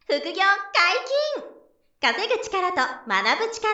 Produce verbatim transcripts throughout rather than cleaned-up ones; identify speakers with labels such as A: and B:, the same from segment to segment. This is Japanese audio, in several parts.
A: 副業解禁！稼ぐ力と学ぶ力。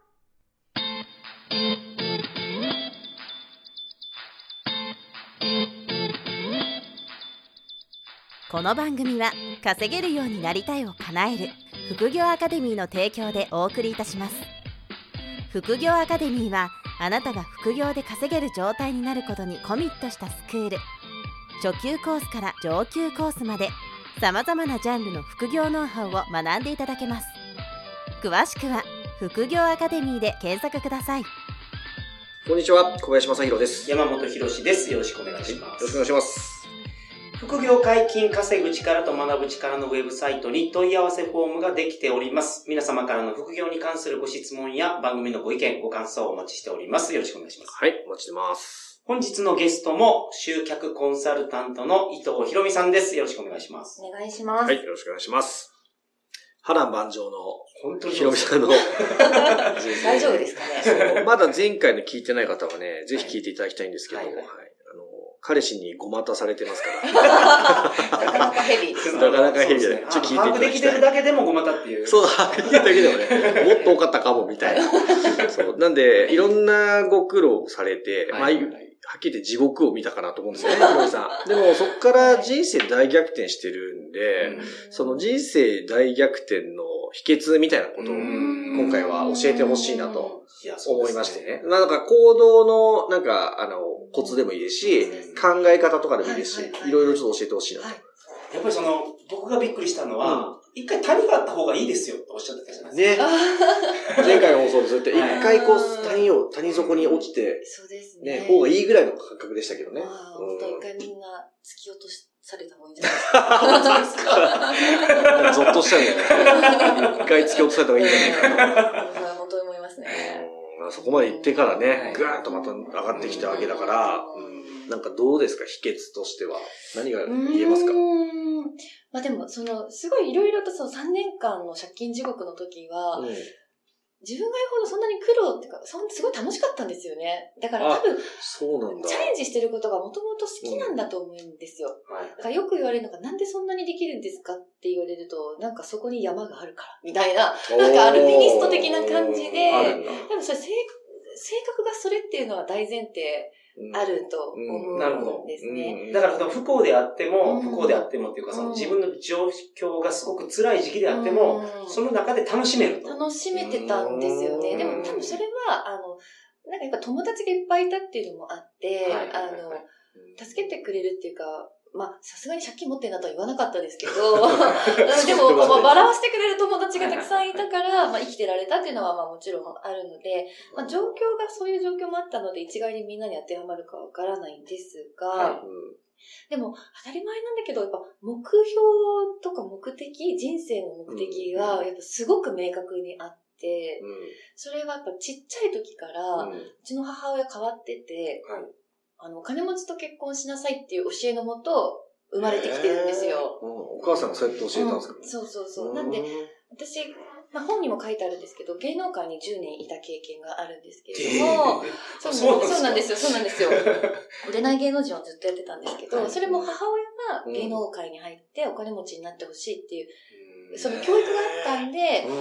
A: この番組は稼げるようになりたいを叶える副業アカデミーの提供でお送りいたします。副業アカデミーはあなたが副業で稼げる状態になることにコミットしたスクール。初級コースから上級コースまでさまざまなジャンルの副業ノウハウを学んでいただけます。詳しくは副業アカデミーで検索ください。
B: こんにちは、小林正弘です。
C: 山本博です。よろしくお願いします。
B: よろしくお願いします。
C: 副業解禁、稼ぐ力と学ぶ力のウェブサイトに問い合わせフォームができております。皆様からの副業に関するご質問や番組のご意見、ご感想をお待ちしております。よろしくお願いします。
B: はい、お待ちしてます。
C: 本日のゲストも集客コンサルタントの伊藤博美さんです。よろしくお願いします。
A: お願いします。
B: はい、よろしくお願いします。波乱万丈の
C: 本当に
B: 博美さんの
A: 大丈夫ですかね。
B: まだ前回の聞いてない方はね、ぜひ聞いていただきたいんですけど、はいはいはい、あの彼氏にごまたされてますから。
A: なかなかヘビーです。
B: なかなかヘビーじゃない。
C: ちょっと聞いていただきたい。把握できてるだけでもごまたっていう。
B: そう、把握できてるだけでもね、もっと多かったかもみたいな。そう。なんで、いろんなご苦労されて、はいはい、まあ、はっきり言って地獄を見たかなと思うんですよね、ひろみさん。でもそこから人生大逆転してるんで、うん、その人生大逆転の秘訣みたいなことを今回は教えてほしいなと思いましてね。なんか行動のなんかあのコツでもいいですし、考え方とかでもいいですし、いろいろちょっと教えてほしいなと。
C: やっぱりその僕がびっくりしたのは、一回谷があった方がいいですよとおっしゃってたじゃないですか。ね。
B: 前回の放送でそうやって一回こう谷を、谷底に落ちて、
A: そうですね。
B: ね、方がいいぐらいの感覚でしたけどね。
A: 本当一回みんな突き落とされた方がいいんじゃないですか。
B: ゾッとしちゃうんだよね。一回突き落とされた方がいいんじゃないかな。
A: 本当に思いますね。
B: そこまで行ってからね、ぐーっとまた上がってきたわけだから、なんかどうですか、秘訣としては。何が言えますか？
D: まあでも、その、すごいいろいろとそのさんねんかんの借金地獄の時は、うん、自分が言うほどそんなに苦労っていうか、そんすごい楽しかったんですよね。だから多分、
B: そうなんだ。
D: チャレンジしてることがもともと好きなんだと思うんですよ。うんはい、だからよく言われるのが、なんでそんなにできるんですかって言われると、なんかそこに山があるから、みたいな、なんかアルピニスト的な感じで、多分それ性、性格がそれっていうのは大前提、あると思うんですね。
C: だから不幸であっても、不幸であってもっていうか、その自分の状況がすごく辛い時期であっても、その中で楽しめると。
D: 楽しめてたんですよね。でも多分それは、あの、なんかやっぱ友達がいっぱいいたっていうのもあって、あの、助けてくれるっていうか、まあ、さすがに借金持ってんだとは言わなかったですけど、でも、まあ、笑わせてくれる友達がたくさんいたから、まあ、生きてられたっていうのは、まあ、もちろんあるので、まあ、状況がそういう状況もあったので、一概にみんなに当てはまるかわからないんですが、はい、でも、当たり前なんだけど、やっぱ、目標とか目的、人生の目的が、やっぱすごく明確にあって、うん、それはやっぱちっちゃい時から、うん、うちの母親変わってて、はいあの、金持ちと結婚しなさいっていう教えのもと、生まれてきてるんですよ。
B: うん、お母さんがそうやって教えたんですか、
D: うん、そうそうそう。なんで、私、まあ、本にも書いてあるんですけど、芸能界にじゅうねんいた経験があるんですけれども、えー、そうそうなんですよ、そうなんですよ。売れない芸能人をずっとやってたんですけど、それも母親が芸能界に入ってお金持ちになってほしいっていう、うん、その教育があったんで、うん、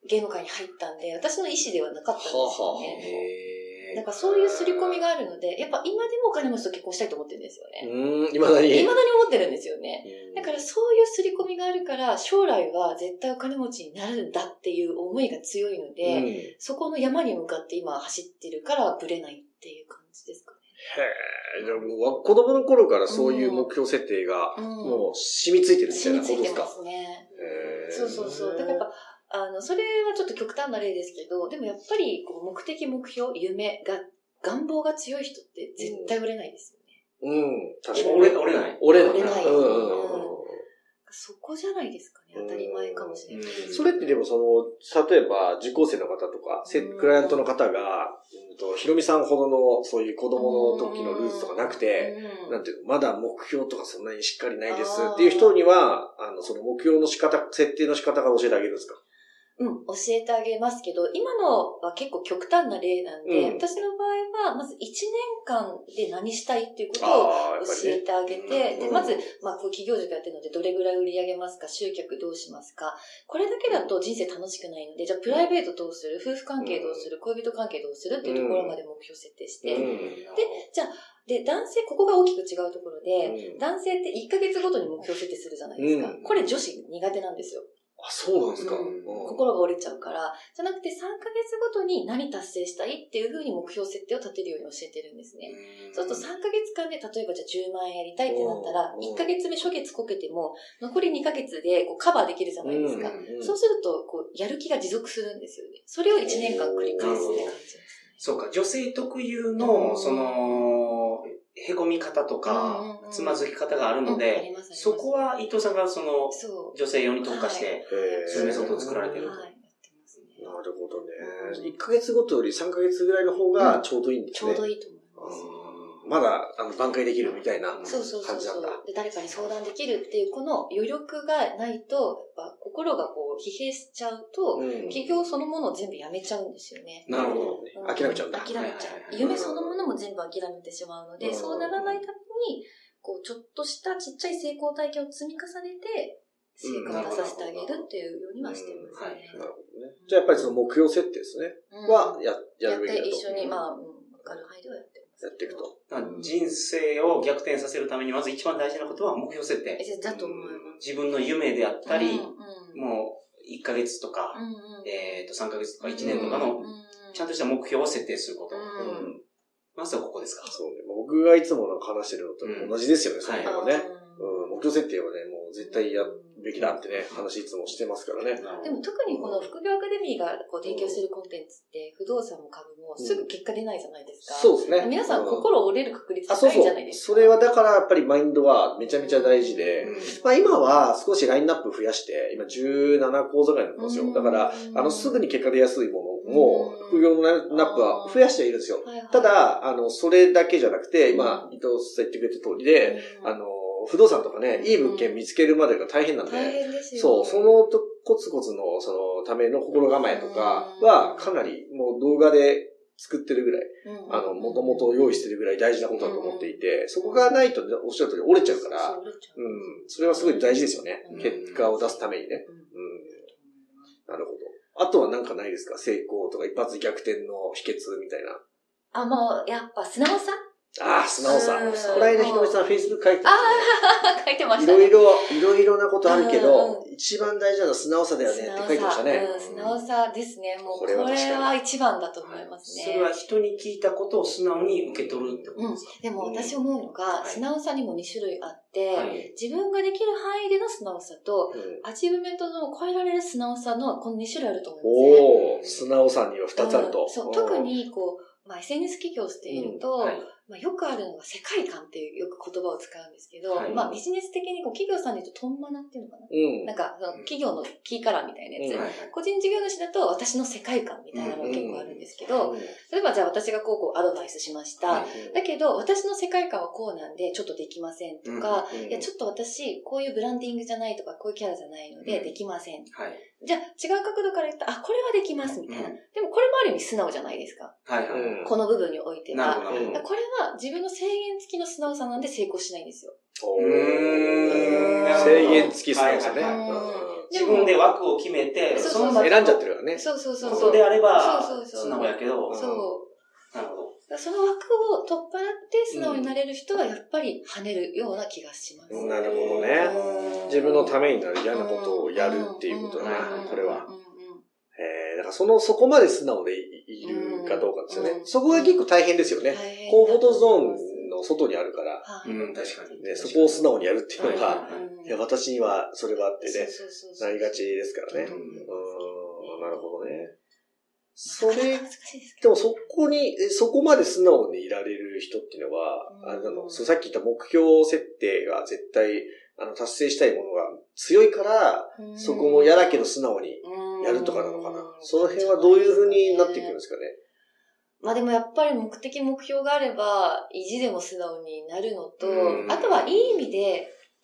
D: 芸能界に入ったんで、私の意思ではなかったんですよね。なんかそういう刷り込みがあるので、やっぱ今でもお金持ちと結婚したいと思ってるんですよね。
B: うーん、未だに。
D: 未だに思ってるんですよね。だからそういう刷り込みがあるから、将来は絶対お金持ちになるんだっていう思いが強いので、うん、そこの山に向かって今走ってるからブレないっていう感じですかね。
B: へぇー。じゃあもう子供の頃からそういう目標設定がもう染みついてるみたいなことですか？
D: 染みついてますね。へー。そうそうそう。だからやっぱ、あの、それはちょっと極端な例ですけど、でもやっぱりこう目的、目標、夢が、願望が強い人って絶対売れないです
B: よね。うん、うん、確かに。
C: 折れ、折れない。
B: 折れない。
D: 折れない。
B: うんうん
D: うん、そこじゃないですかね。当たり前かもしれない。
B: それってでもその、例えば受講生の方とか、クライアントの方が、ひろみさんほどのそういう子供の時のルーツとかなくて、なんていうの、まだ目標とかそんなにしっかりないですっていう人には、あの、その目標の仕方、設定の仕方が教えてあげるんですか？
D: うん、教えてあげますけど、今のは結構極端な例なんで、うん、私の場合は、まずいちねんかんで何したいっていうことを教えてあげて、ね、で、まず、まあ、こう企業塾やってるので、どれぐらい売り上げますか、集客どうしますか、これだけだと人生楽しくないので、じゃあプライベートどうする、夫婦関係どうする、恋人関係どうするっていうところまで目標設定して、うん、で、じゃあ、で、男性、ここが大きく違うところで、うん、男性っていっかげつごとに目標設定するじゃないですか。うん、これ女子苦手なんですよ。
B: あ、そうなんですか、うん、
D: 心が折れちゃうから、じゃなくてさんかげつごとに何達成したいっていう風に目標設定を立てるように教えてるんですね。そうするとさんかげつかんで、例えばじゃあじゅうまんえんやりたいってなったら、いっかげつめ初月こけても、残りにかげつでこうカバーできるじゃないですか。そうすると、こう、やる気が持続するんですよね。それをいちねんかん繰り返すって感じですね。
C: そうか、女性特有の、その、へこみ方とか、つまずき方があるので、そこは伊藤さんがその、女性用に特化して、そういうメソッドを作られていると。なる
B: ほどね。いっかげつごとよりさんかげつぐらいの方がちょうどいいんですね。
D: ちょうどいいと思います。
B: まだ、あの、挽回できるみたいな感じなんだ。
D: そうそうそう。で、誰かに相談できるっていう、この余力がないと、やっぱ心がこう、疲弊しちゃうと、うん、企業そのものを全部やめちゃうんですよね。
B: なるほど、ね。うん、諦めちゃうんだ。
D: 諦めちゃう。夢そのものも全部諦めてしまうので、うん、そうならないために、こう、ちょっとしたちっちゃい成功体験を積み重ねて、成果を出させてあげるっていうようにはしてますね。
B: なるほどね。じゃあやっぱりその目標設定ですね。うん、は、や、やるべきだと。
D: やって一緒に、まあ、うん、わかる範囲ではやってます。
B: やっていくと。
C: 人生を逆転させるためにまず一番大事なことは目標設定。
D: だと思います。
C: 自分の夢であったり、うんうん、もういっかげつとか、うんうん、えっとさんかげつとかいちねんとかのちゃんとした目標を設定すること。うんうん、まずはここですか。
B: そうね。僕がいつもなんか話してるのと同じですよね、その辺はね。うん、目標設定はね、もう絶対やるべきだってね、話いつもしてますからね。
D: でも特にこの副業アカデミーがこう提供するコンテンツって、不動産も株もすぐ結果出ないじゃないですか。
B: そうですね。
D: 皆さん心折れる確率高いじゃないです
B: か。そうそう。それはだからやっぱりマインドはめちゃめちゃ大事で、まあ今は少しラインナップ増やして、今じゅうなな講座ぐらいになってますよ。だから、あの、すぐに結果出やすいものも、副業のラインナップは増やしてはいるんですよ。ただ、あの、それだけじゃなくて、今、伊藤さん言ってくれた通りで、あの、不動産とかね、いい物件見つけるまでが大変なんで、
D: 大変ですよ。
B: そう、そのとコツコツのそのための心構えとかはかなりもう動画で作ってるぐらい、あの、もともと用意してるぐらい大事なことだと思っていて、そこがないとおっしゃる通り折れちゃうから、うん、それはすごい大事ですよね。結果を出すためにね。うん、なるほど。あとはなんかないですか？成功とか一発逆転の秘訣みたいな。
D: あ、もう、やっぱ素直さ？
B: ああ、素直さ。この間ひとみさんフェイスブック書いて
D: た、ね。ああ、書いてましたね。
B: いろいろ、いろいろなことあるけど、一番大事なのは素直さだよねって書いてましたね。
D: うん、素直さですね。もうこれは一番だと思いますね。
C: それは人に聞いたことを素直に受け取るってことですか？
D: うん。でも私思うのが、素直さにもに種類あって、はい、自分ができる範囲での素直さと、うん、アチーブメントの超えられる素直さのこのに種類あると思うんですね。
B: おー、素直さにはふたつあると。
D: うん、そう、特にこう、まあ、エスエヌエス 起業していると、うんはい、まあ、よくあるのが世界観っていうよく言葉を使うんですけど、はい、まあビジネス的にこう企業さんで言うとトンマナっていうのかな、うん、なんかその企業のキーカラーみたいなやつ、うんはい、個人事業主だと私の世界観みたいなのが結構あるんですけど、うん、例えばじゃあ私がこうこうアドバイスしました、うん、だけど私の世界観はこうなんでちょっとできませんとか、うん、いやちょっと私こういうブランディングじゃないとかこういうキャラじゃないのでできません、うんはい、じゃあ違う角度から言ったらあこれはできますみたいな、うん、でもこれもある意味素直じゃないですか、はいはい、この部分においては、これは自分の制限付きの素直さなんで成功しないんですよ。
B: おー。制限付き素直さね。
C: 自分で枠を決めて、
B: その選んじゃってるからね。
D: そうそうそう。
C: ことであれば、素直やけど。
D: そう。なるほど。その枠を取っ払って素直になれる人はやっぱり跳ねるような気がします。
B: なるほどね。自分のためになる嫌なことをやるっていうことだな、これは。えー、だからその、そこまで素直でいるかどうかですよね。うん、そこが結構大変ですよね。コンフォートゾーンの外にあるから、
C: うん、確かに
B: ね。そこを素直にやるっていうのが、いや、私にはそれはあってね、なりがちですからね。うん、なるほどね。それ、でもそこに、そこまで素直にいられる人っていうのは、あれなの、さっき言った目標設定が絶対、あの、達成したいものが強いから、そこも嫌だけど素直にやるとかなのかな。その辺はどういう風になっていくんですかね。
D: まあでもやっぱり目的目標があれば、意地でも素直になるのと、あとはいい意味で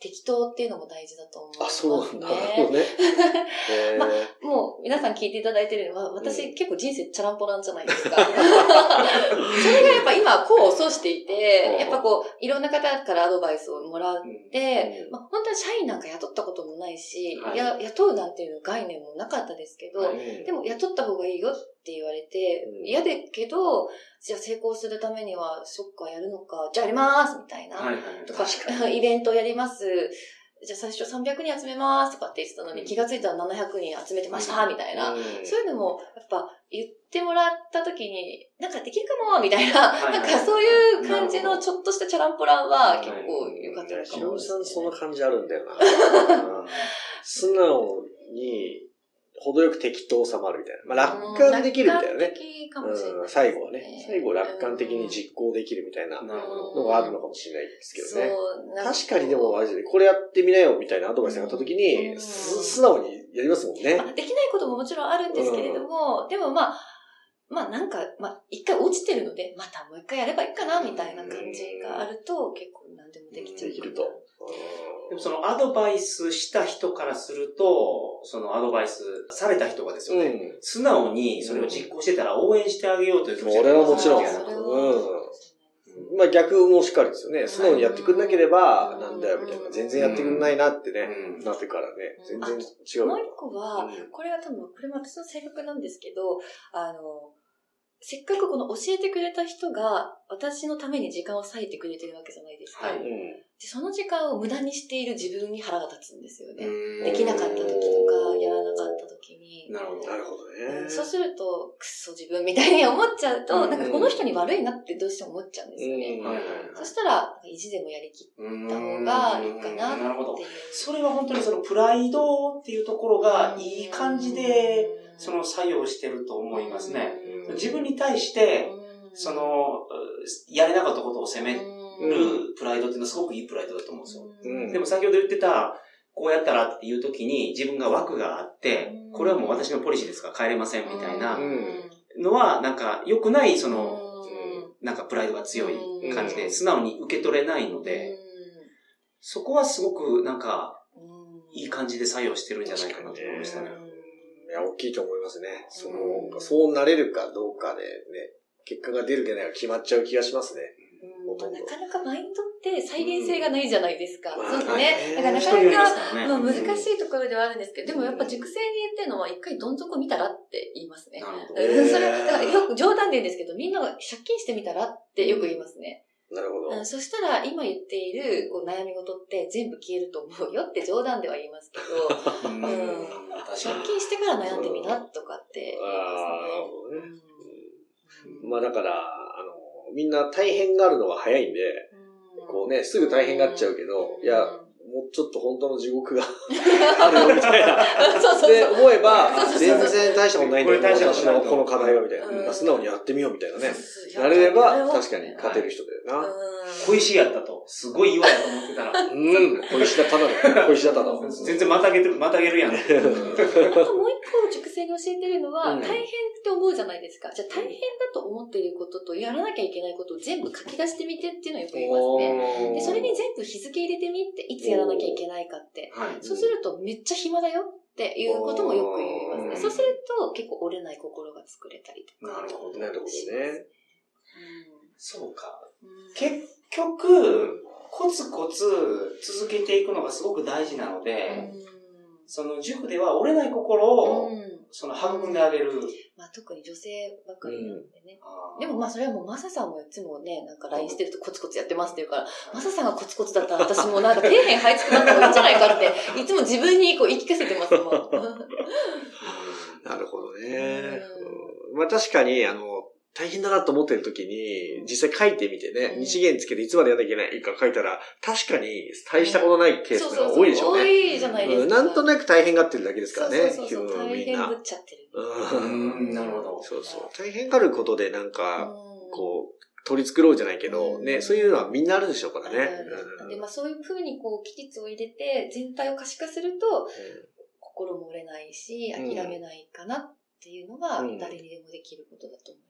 D: 適当っていうのも大事だと思いますね。
B: あ、そうなんだ。なるほどね。えー
D: まあ、もう皆さん聞いていただいてるのは、私、うん、結構人生チャランポランじゃないですか。それがやっぱ今、功を奏していて、やっぱこう、いろんな方からアドバイスをもらって、うん、まあ、本当に社員なんか雇ったこともないし、はい、や雇うなんていう概念もなかったですけど、はい、でも雇った方がいいよって言われて、うん、嫌だけど、じゃあ成功するためには、そっか、やるのか、じゃあやりますみたいな。はいはい、とか、イベントやります。じゃあ最初さんびゃくにん集めますとかって言ってたのに、うん、気がついたらななひゃくにん集めてました、みたいな、うん。そういうのも、やっぱ言ってもらった時に、なんかできるかもみたいな、はいはい、なんかそういう感じのちょっとしたチャランポランは結構良かったのかも。
B: ひろみさんそんな感じあるんだよな。素直に、程よく適当さもあるみたいな。まあ楽観できるみたいなね。楽観的かもしれない、ねうん。最後はね。最後楽観的に実行できるみたいなのがあるのかもしれないですけどね。確かにでもあれですね、これやってみなよみたいなアドバイスがあった時に、素直にやりますもんね、
D: まあ。できないことももちろんあるんですけれども、うん、でもまあ、まあなんか、まあ一回落ちてるので、またもう一回やればいいかなみたいな感じがあると、結構何でもできちゃう。
B: できると。
C: でもそのアドバイスした人からすると、そのアドバイスされた人がですよね、うん、素直にそれを実行してたら応援してあげようという気持ちがある。
B: 俺はもちろん。うん。まあ逆もしっかりですよね。素直にやってくんなければ、なんだよみたいな。全然やってくんないなってね、うん、なってからね。全然違う。
D: もう一個は、これは多分、これも私の性格なんですけど、あの、せっかくこの教えてくれた人が私のために時間を割いてくれてるわけじゃないですか。はい、でその時間を無駄にしている自分に腹が立つんですよね。できなかった時とか、やらなかった時に。
B: なるほど。なるほどね、
D: うん。そうすると、くっそ自分みたいに思っちゃうと、なんかこの人に悪いなってどうしても思っちゃうんですよね。そしたら、意地でもやりきった方がいいかなっていう。なるほど。
C: それは本当にそのプライドっていうところがいい感じで、その作用してると思いますね。自分に対して、その、やれなかったことを責めるプライドっていうのはすごくいいプライドだと思うんですよ。うん、でも先ほど言ってた、こうやったらっていう時に自分が枠があって、これはもう私のポリシーですから変えれませんみたいなのは、なんか良くない、その、なんかプライドが強い感じで素直に受け取れないので、そこはすごくなんか、いい感じで作用してるんじゃないかなと思いましたね。
B: いや、大きいと思いますね。その、うん、そうなれるかどうかでね、結果が出る出ないが決まっちゃう気がしますね。
D: うん、まあ、なかなかマインドって再現性がないじゃないですか。うん、そうですね。だからなかなか、まあ、難しいところではあるんですけど、でもやっぱ熟成に言ってるのは一回どん底見たらって言いますね。それ、だからよく冗談で言うんですけど、みんなが借金してみたらってよく言いますね。
B: なるほど。
D: うん、そしたら今言っているこう悩み事って全部消えると思うよって冗談では言いますけど、うん、借金してから悩んでみなとかって言いますね。
B: うん、まあだから、あの、みんな大変があるのが早いんで、うん、こうね、すぐ大変がっちゃうけど、うん、いや、もうちょっと本当の地獄があるよみたいな。そうそうそうで思えば、全然大したことないんだよ、私のこの課題はみたいな、うん。素直にやってみようみたいなね。なれれば、確かに勝てる人だよな。
C: 小石やったと。すごい岩やと思ってたら。
B: うん。小石だっただ。小石だっただ。
C: 全然またげてる、またげるやん。あと
D: もう一個熟成に教えてるのは、大変って思うじゃないですか。じゃあ大変だと思っていることとやらなきゃいけないことを全部書き出してみてっていうのをよく言いますね。で、それに全部日付入れてみって、いつやらなきゃいけないかって。そうするとめっちゃ暇だよっていうこともよく言いますね。そうすると結構折れない心が作れたりとか。
B: なるほど、なるほどね。
C: そうか。結局、コツコツ続けていくのがすごく大事なので、その塾では折れない心を、その育んであげる。
D: まあ特に女性ばかりなのでね。うん、でもまあそれはもうマサさんもいつもね、なんか ライン してるとコツコツやってますって言うから、マサさんがコツコツだったら私もなんか底辺這いつくなった方がいいんじゃないかって、いつも自分にこう言い聞かせてますもん。
B: なるほどね。うん、まあ確かに、あの、大変だなと思ってる時に、実際書いてみてね、日限つけていつまでやんなきゃいけないか書いたら、確かに大したことないケースが多いでしょうね。
D: 多いじゃないですか。
B: なんとなく大変がってるだけですからね。
D: そうそうそう。大変ぶっちゃってる。
C: うん。なるほど。
B: そうそう。大変があることでなんか、こう、取り繕うじゃないけど、ね、そういうのはみんなあるでしょうからね。
D: で、まあそういう風にこう、期日を入れて、全体を可視化すると、心も折れないし、諦めないかなっていうのは、誰にでもできることだと思います。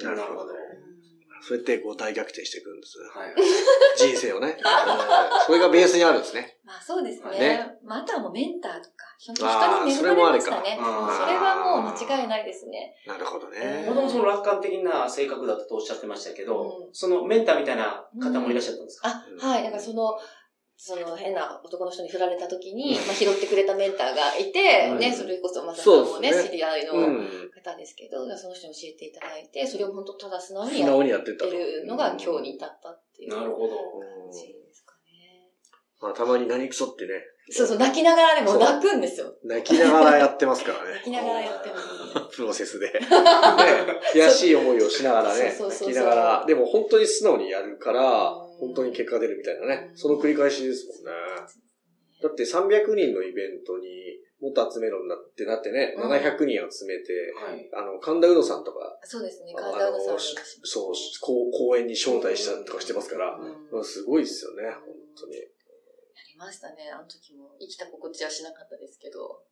B: なるほど。そうやってこう大逆転していくんです。
C: はい。
B: 人生をね。それがベースにあるんですね。
D: まあそうですね。
B: ね
D: まあ、あとはもうメンターとか、人に恵まれましたね。それもあるか。それはもう間違いないですね。
B: なるほどね。
C: もともとその楽観的な性格だったとおっしゃってましたけど、うん、そのメンターみたいな方もいらっしゃったんですか？
D: うん、あ、はい。だからその、その変な男の人に振られた時に、まあ、拾ってくれたメンターがいて、うん、ね、それこそまささんもね、ね知り合いの方ですけど、うん、その人に教えていただいて、それを本当ただ素直にやってるのが今日に至ったっていう感じですかね。
B: まあたまに何くそってね。
D: そうそう、泣きながらでも泣くんですよ。
B: 泣きながらやってますからね。
D: 泣きながらやってます、ね。
B: プロセスで。ね、悔しい思いをしながらね、泣きながら、でも本当に素直にやるから、本当に結果が出るみたいなね。その繰り返しですもんね。だってさんびゃくにんのイベントにもっと集めろになってなってね、うん、ななひゃくにん集めて、はい、あの、神田うのさんとか。
D: そうですね、神田うのさん。
B: そう、公演に招待したりとかしてますから、うん、すごいですよね、本当に。
D: やりましたね、あの時も。生きた心地はしなかったですけど。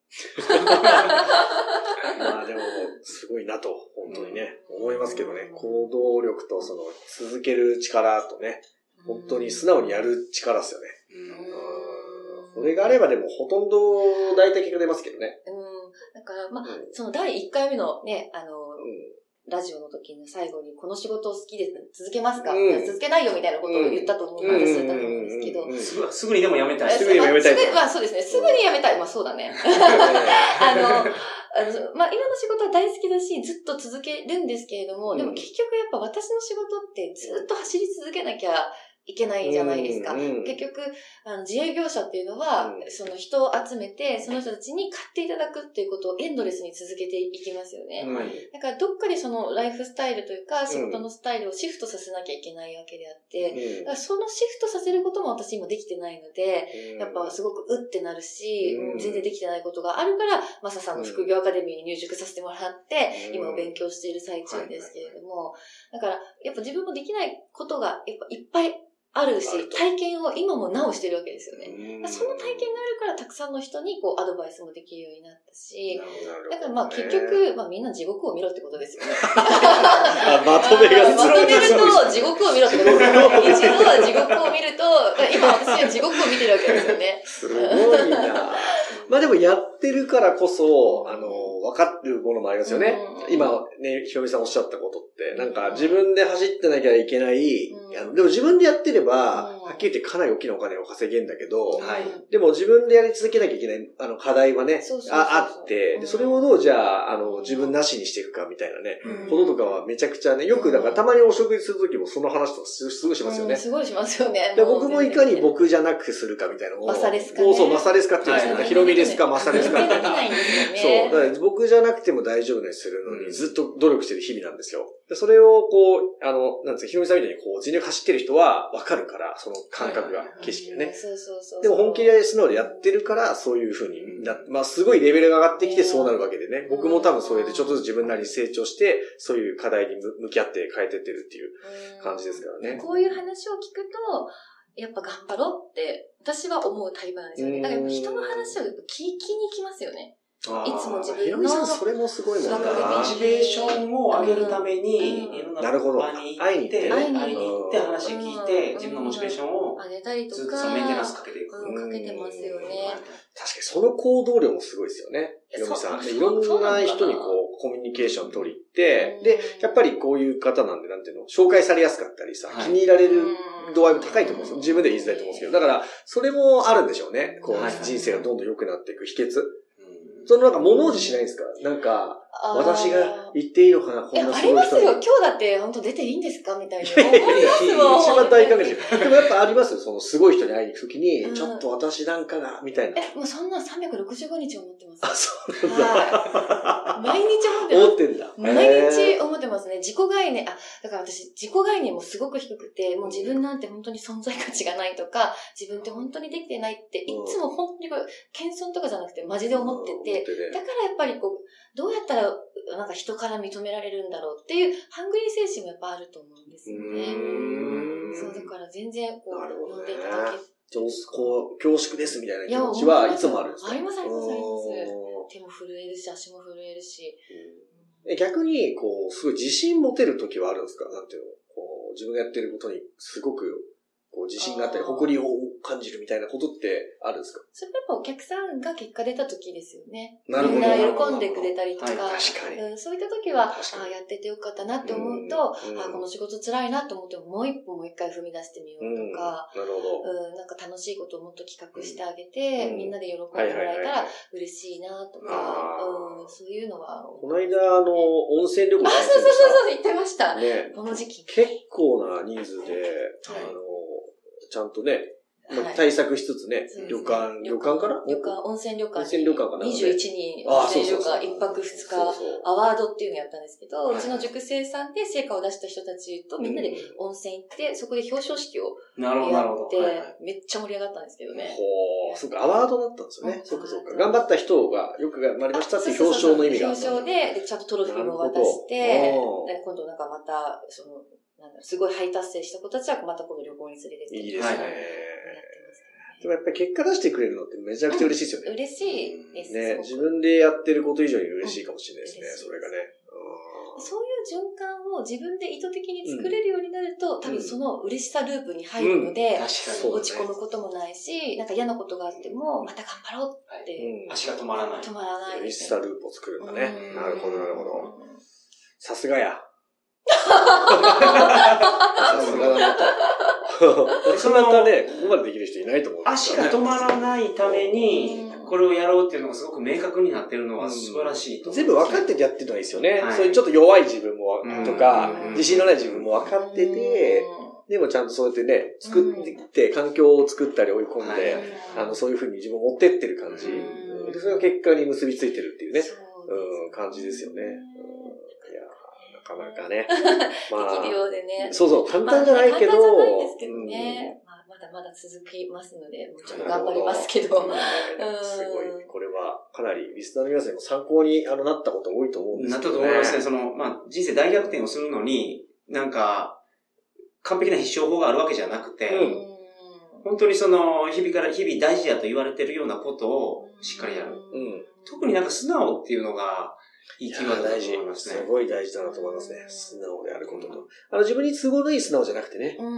B: まあでも、すごいなと、本当にね、思いますけどね、行動力とその、続ける力とね、本当に素直にやる力ですよね。うん。それがあればでもほとんど大体結果出ますけどね。
D: うん。だから、まあ、うん、そのだいいっかいめのね、あの、うん、ラジオの時の最後にこの仕事を好きです。続けますか、うん、続けないよみたいなことを言ったと思う、うん、私だったと思うんですけど。うんうんうん、
C: すぐ、すぐにでもやめたい。
B: すぐにでもやめたい。
D: まあそうですね。すぐにやめたい。まあそうだね。あの、あの、まあ今の仕事は大好きだし、ずっと続けるんですけれども、でも結局やっぱ私の仕事ってずっと走り続けなきゃいけないじゃないですか。うんうん、結局、あの自営業者っていうのは、うん、その人を集めて、その人たちに買っていただくっていうことをエンドレスに続けていきますよね。うん、だからどっかでそのライフスタイルというか、仕事のスタイルをシフトさせなきゃいけないわけであって、うん、だからそのシフトさせることも私今できてないので、うん、やっぱすごくうってなるし、うん、全然できてないことがあるから、マサさんの副業アカデミーに入塾させてもらって、うん、今勉強している最中ですけれども、だからやっぱ自分もできないことがやっぱいっぱいあるし、体験を今もなおしてるわけですよね。その体験があるからたくさんの人にこうアドバイスもできるようになったし、だからまあ結局、まあみんな地獄を見ろってことですよね。
B: あ、まとめが
D: まとめると地獄を見ろってことですよ。一度は地獄を見ると、今私は地獄を見てるわけですよね。
B: すごいな。まあでもやってるからこそ、あの、分かるものもありますよね。今ね、ひろみさんおっしゃったことって、なんか自分で走ってなきゃいけない、あのでも自分でやってれば、はっきり言ってかなり大きなお金を稼げんだけど、はい、でも自分でやり続けなきゃいけないあの課題はね、そうそうそうそうあ、あって、で、それをどうじゃあ、あの、自分なしにしていくかみたいなね、うん、こととかはめちゃくちゃね、よくだからたまにお食事するときもその話とかすごいしますよね。うん、
D: すごいしますよね。
B: で僕もいかに僕じゃなくするかみたいなのを。
D: マサレスかね。
B: そう、マサレスかっていうんですよね。ヒロミですか、マサレスかみたいな。
D: ないんですよ
B: ね。そう。だから僕じゃなくても大丈夫にするのに、ずっと努力してる日々なんですよ。でそれをこう、あの、なんですか、ひろみさんみたいにこう、全力走ってる人はわかるから、その感覚が、景色がね。
D: そうそうそう。
B: でも本気で素直でやってるから、そういう風になって、まあすごいレベルが上がってきてそうなるわけでね。僕も多分それでちょっとずつ自分なりに成長して、そういう課題に向き合って変えてってるっていう感じですからね。
D: こういう話を聞くと、やっぱ頑張ろうって、私は思うタイプなんですよね。だからやっぱ人の話を聞きに来ますよね。いつも自分の。
B: ひろみさんそれもすごいもんな。
C: モチベーションを上げるために、いろんな場に行って、会いに行って話聞いて、自分のモチベーションを
D: 上げたりとか、
C: ずっとそのメンテナンスかけていく。
D: うん、かけてますよね。
B: 確かにその行動量もすごいですよね。ひろみさん。いろんな人にこう、コミュニケーション取り入って、で、やっぱりこういう方なんで、なんていうの、紹介されやすかったりさ、気に入られる度合いも高いと思うんですよ。自分で言いづらいと思うんですけど。だから、それもあるんでしょうね。こう、人生がどんどん良くなっていく秘訣。そのなんか物おじしないんですか？なんか、私が言っていいのかな、こんな
D: すごい人に。ありますよ。今日だって本当出ていいんですかみたいな。思いますもん。
B: 一番大歓迎ですよ。でもやっぱありますよ。そのすごい人に会いに行くときに、うん、ちょっと私なんかが、みたいな。
D: え、もうそんなさんびゃくろくじゅうごにち思ってます。
B: あ、そうなんだ。
D: はい、毎日思ってます。
B: 思ってんだ。
D: 毎日思ってますね。自己概念、あ、だから私、自己概念もすごく低くて、もう自分なんて本当に存在価値がないとか、自分って本当にできてないって、いつも本当にこれ、謙遜とかじゃなくてマジで思ってて、うん、だからやっぱりこう、どうやったら、なんか人から認められるんだろうっていう、ハングリー精神もやっぱあると思うんですよね。そう、だから全然こう、読んでいただけ
B: こう、恐縮ですみたいな気持ちはいつもあるんですか？
D: ありますありますあります。手も震えるし、足も震えるし。
B: え逆に、こう、すごい自信持てる時はあるんですか？なんていうの？こう、自分がやってることにすごく、こう、自信があったり、誇りを感じるみたいなことってあるんですか？
D: それやっぱお客さんが結果出た時ですよね。
B: なるほど。
D: みんな喜んでくれたりとか、
B: はい、確かに、
D: うん。そういった時は、ああ、やっててよかったなって思うと、
B: うん、
D: あこの仕事辛いなと思っても、もう一歩もう一回踏み出してみようとか、
B: うん、なるほど。
D: うん、なんか楽しいことをもっと企画してあげて、うん、みんなで喜んでもらえたら嬉しいなとか、うん、そういうのは。
B: この間、あの、温泉旅行
D: あ、そうそうそうそう、行ってました。ね。この時期。
B: 結構な人数で、はい、あの、ちゃんとね、はい、対策しつつね、旅館、旅館かな
D: 旅館、温泉旅館。
B: 温泉旅館かな。
D: にじゅういちにん温泉旅館、一泊二日アワードっていうのやったんですけど、うちの塾生さんで成果を出した人たちとみんなで温泉行って、そこで表彰式をやって、めっちゃ盛り上がったんですけどね。
B: ほー、そっか、アワードだったんですよね。そっかそっか。頑張った人がよく頑張りましたっていう表彰の意味があった。
D: 表彰で、で、ちゃんとトロフィーも渡して、今度なんかまた、その、なんだすごいハイ達成した子たちはまたこの旅行に連れてって。
B: いいですね。でもやっぱり結果出してくれるのってめちゃくちゃ嬉しいですよね。
D: うん、嬉しいです
B: ね。自分でやってること以上に嬉しいかもしれないですね、うん、それがね。
D: そういう循環を自分で意図的に作れるようになると、うん、多分その嬉しさループに入るので、うん、確かに落ち込むこともないし、なんか嫌なことがあっても、また頑張ろうって、
C: うん。足が止まらない。
D: 止まらない、ね。
B: 嬉しさループを作るんだね。なるほど、なるほど。さすがや。さすがだなと。そんなね、ここまでできる人いないと思う、ね。
C: 足が止まらないために、これをやろうっていうのがすごく明確になってるのは素晴らしいと思う、
B: 全部分かっててやってるのがいいですよね。はい、そういうちょっと弱い自分も、とか、自信のない自分も分かってて、でもちゃんとそうやってね、作って、環境を作ったり追い込んで、あの、そういう風に自分を持ってってる感じ。で、それが結果に結びついてるっていうね、うん、感じですよね。なかなかね。
D: まあ、できるようでね。
B: そうそう、簡単じゃないけど。
D: まあ、簡単じゃないんですけどね。うん、まあ、まだまだ続きますので、もうちょっと頑張りますけど。ど
B: すごい、これはかなりリスナーの皆さんにも参考にあのなったこと多いと思うんですけど、ね。
C: なったと思いますね。その、まあ、人生大逆転をするのに、なんか、完璧な必勝法があるわけじゃなくて、うん、本当にその、日々から、日々大事だと言われてるようなことをしっかりやる。うん、特になんか素直っていうのが、いいキーワードだと思いますね。
B: すごい大事だなと思いますね。素直であることと。あの、自分に都合のいい素直じゃなくてね。うん。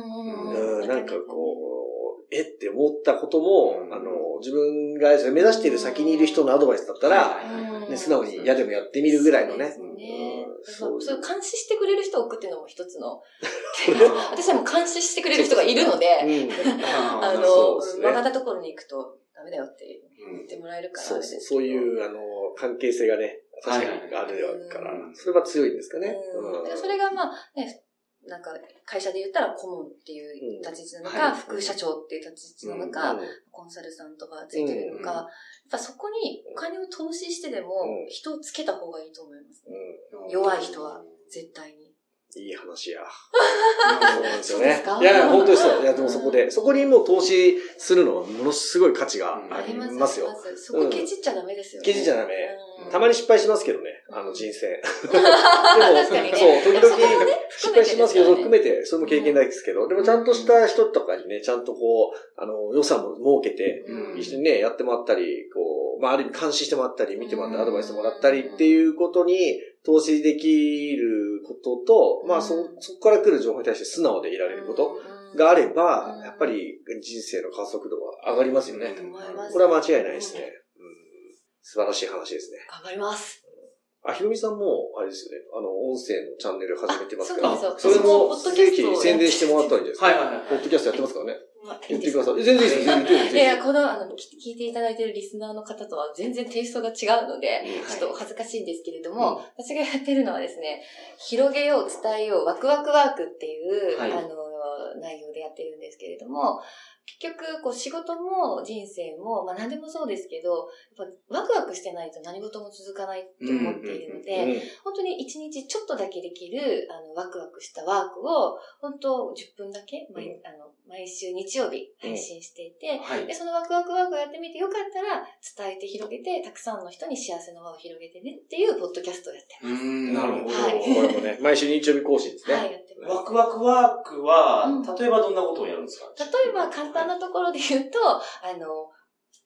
B: うん、なんかこう、えって思ったことも、あの、自分が目指している先にいる人のアドバイスだったら、ね、素直に嫌でもやってみるぐらいのね。
D: そういう監視してくれる人を置くっていうのも一つの。私はもう監視してくれる人がいるので、あの、曲がったところに行くとダメだよって言ってもらえるから。
B: そうそう、そういう、あの、関係性がね、確かにあるから、それは強いんですかね。
D: うん、それがまあ、ね、なんか会社で言ったら顧問っていう立ち位置なのか、うんはい、副社長っていう立ち位置なのか、うん、コンサルさんとかついてるのか、うん、やっぱそこにお金を投資してでも人をつけた方がいいと思いますね。うん、弱い人は絶対に。
B: いい話や。そうなんですよね。いや、本当にそう。いや、でもそこで、そこにもう投資するのはものすごい価値がありますよ。
D: そこケチっちゃダメですよね。
B: ケチっちゃダメ。たまに失敗しますけどね、あの人生。でも、そう、時々失敗しますけど、含めて、それも経験ないですけど、でもちゃんとした人とかにね、ちゃんとこう、あの、予算も設けて、一緒にね、やってもらったり、こう、まあ、ある意味監視してもらったり、見てもらったり、アドバイスしてもらったりっていうことに、投資できることと、まあ、そ、そこから来る情報に対して素直でいられることがあれば、やっぱり人生の加速度は上がりますよね。これは間違いないですね。素晴らしい話ですね。
D: 頑張ります。
B: あ、ひろみさんも、あれですよね。あの、音声のチャンネル始めてますから。
D: そう
B: それも、ぜひ宣伝してもらったらいいんじゃないですか。
C: はいはいはい。
B: ポッドキャストやってますからね。言ってください。全然いいですよ、全然いいです。
D: いやいや、この、あの、聞いていただいているリスナーの方とは全然テイストが違うので、ちょっとお恥ずかしいんですけれども、私がやってるのはですね、広げよう、伝えよう、ワクワクワークっていう、あの、内容でやってるんですけれども、結局、こう、仕事も人生も、まあ何でもそうですけど、やっぱワクワクしてないと何事も続かないって思っているので、うんうんうん、本当に一日ちょっとだけできる、あの、ワクワクしたワークを、本当じゅっぷんだけ、毎、あの、毎週日曜日配信していて、うんはい、で、そのワクワクワークをやってみてよかったら、伝えて広げて、たくさんの人に幸せの輪を広げてねっていうポッドキャストをやってます。
B: うん、なるほど。はい、これもね、毎週日曜日更新ですね。
D: はい、やってます。
C: ワクワクワークは、例えばどんなことをやるんですか？
D: 例えば簡単なところで言うと、あの、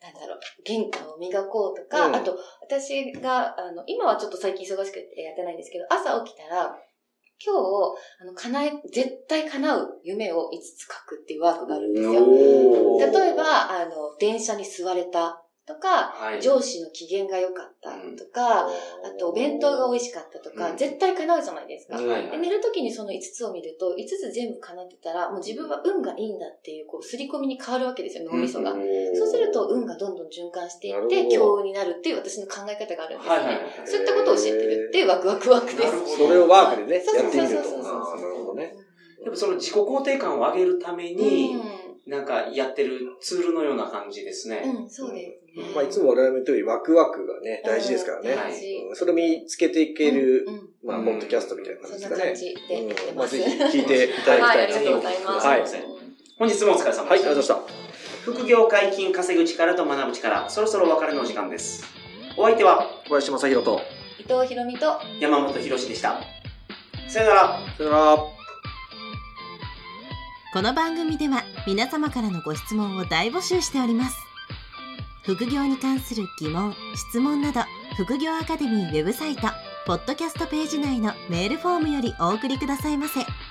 D: なんだろう、玄関を磨こうとか、
B: うん、
D: あと、私が、あの、今はちょっと最近忙しくてやってないんですけど、朝起きたら、今日、あの、叶え、絶対叶う夢をいつつ書くっていうワークがあるんですよ。例えば、あの、電車に座れたとか、はい、上司の機嫌が良かったとか、うん、あと、お弁当が美味しかったとか、うん、絶対叶うじゃないですか。うん、で寝るときにそのいつつを見ると、いつつ全部叶ってたら、もう自分は運がいいんだっていう、こう、刷り込みに変わるわけですよ、脳みそが。うん、そうすると、運がどんどん循環していって、強運になるっていう私の考え方があるんですね。はいはいはい、そういったことを教えてるっていうワクワクワークです。
B: それをワークでね、
D: そうそうそうそう
B: やってみると。
D: そうそう
B: なるほどね。
C: やっぱその自己肯定感を上げるために、うんなんかやってるツールのような感じですね。
D: うん、そうですね。
B: まあいつも我々も言ったようにワクワクがね、大事ですからね。はい、それを見つけていける、うんうん、まあ、ポッドキャストみたいな感じですかね。そんな感じでやってます。うん、まあ、ぜひ聞いていただきたい。はい、ありがとうございます。はい。
C: 本日もお疲れ様でした。はい、ありがとうございました。副業解禁稼ぐ力と学ぶ力、そろそろお別れのお時間です。お相手は、
B: 小林正宏と、
D: 伊藤博美と、
C: 山本博史でした。さよなら。
B: さよなら。
A: この番組では皆様からのご質問を大募集しております。副業に関する疑問、質問など、副業アカデミーウェブサイト、ポッドキャストページ内のメールフォームよりお送りくださいませ。